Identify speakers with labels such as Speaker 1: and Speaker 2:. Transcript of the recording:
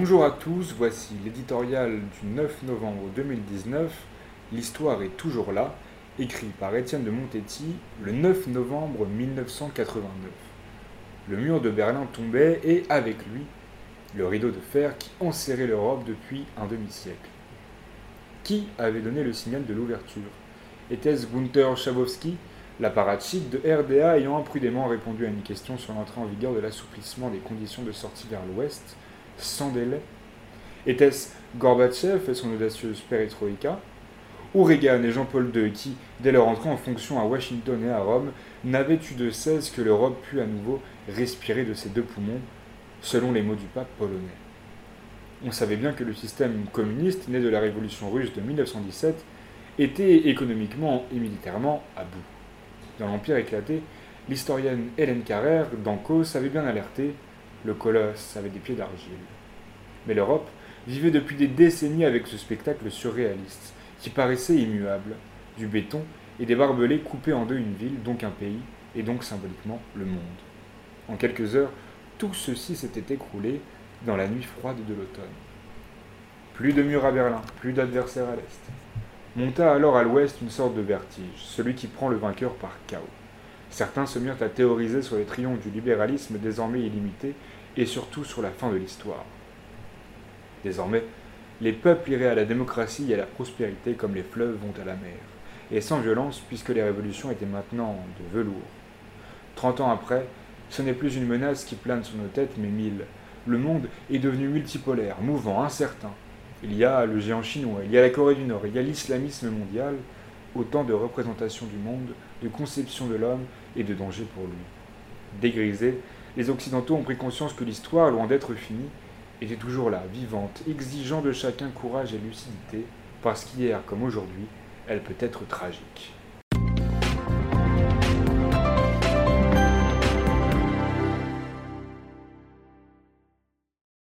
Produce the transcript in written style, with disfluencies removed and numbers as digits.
Speaker 1: Bonjour à tous, voici l'éditorial du 9 novembre 2019, L'histoire est toujours là, écrit par Étienne de Montetti le 9 novembre 1989. Le mur de Berlin tombait et avec lui, le rideau de fer qui enserrait l'Europe depuis un demi-siècle. Qui avait donné le signal de l'ouverture? Était-ce Gunther Schabowski, l'apparatchik de RDA ayant imprudemment répondu à une question sur l'entrée en vigueur de l'assouplissement des conditions de sortie vers l'Ouest, sans délai? Était-ce Gorbatchev et son audacieuse perestroïka? Ou Reagan et Jean-Paul II qui, dès leur entrée en fonction à Washington et à Rome, n'avaient eu de cesse que l'Europe pût à nouveau respirer de ses deux poumons, selon les mots du pape polonais? On savait bien que le système communiste, né de la révolution russe de 1917, était économiquement et militairement à bout. Dans l'Empire éclaté, l'historienne Hélène Carrère, d'Ancos, avait bien alerté, le colosse avait des pieds d'argile. Mais l'Europe vivait depuis des décennies avec ce spectacle surréaliste, qui paraissait immuable, du béton et des barbelés coupés en deux une ville, donc un pays, et donc symboliquement le monde. En quelques heures, tout ceci s'était écroulé dans la nuit froide de l'automne. Plus de murs à Berlin, plus d'adversaires à l'est. Monta alors à l'ouest une sorte de vertige, celui qui prend le vainqueur par chaos. Certains se mirent à théoriser sur les triomphes du libéralisme désormais illimité et surtout sur la fin de l'histoire. Désormais, les peuples iraient à la démocratie et à la prospérité comme les fleuves vont à la mer, et sans violence puisque les révolutions étaient maintenant de velours. 30 ans après, ce n'est plus une menace qui plane sur nos têtes, mais 1000. Le monde est devenu multipolaire, mouvant, incertain. Il y a le géant chinois, il y a la Corée du Nord, il y a l'islamisme mondial, autant de représentations du monde, de conception de l'homme et de danger pour lui. Dégrisés, les Occidentaux ont pris conscience que l'histoire, loin d'être finie, était toujours là, vivante, exigeant de chacun courage et lucidité, parce qu'hier comme aujourd'hui, elle peut être tragique.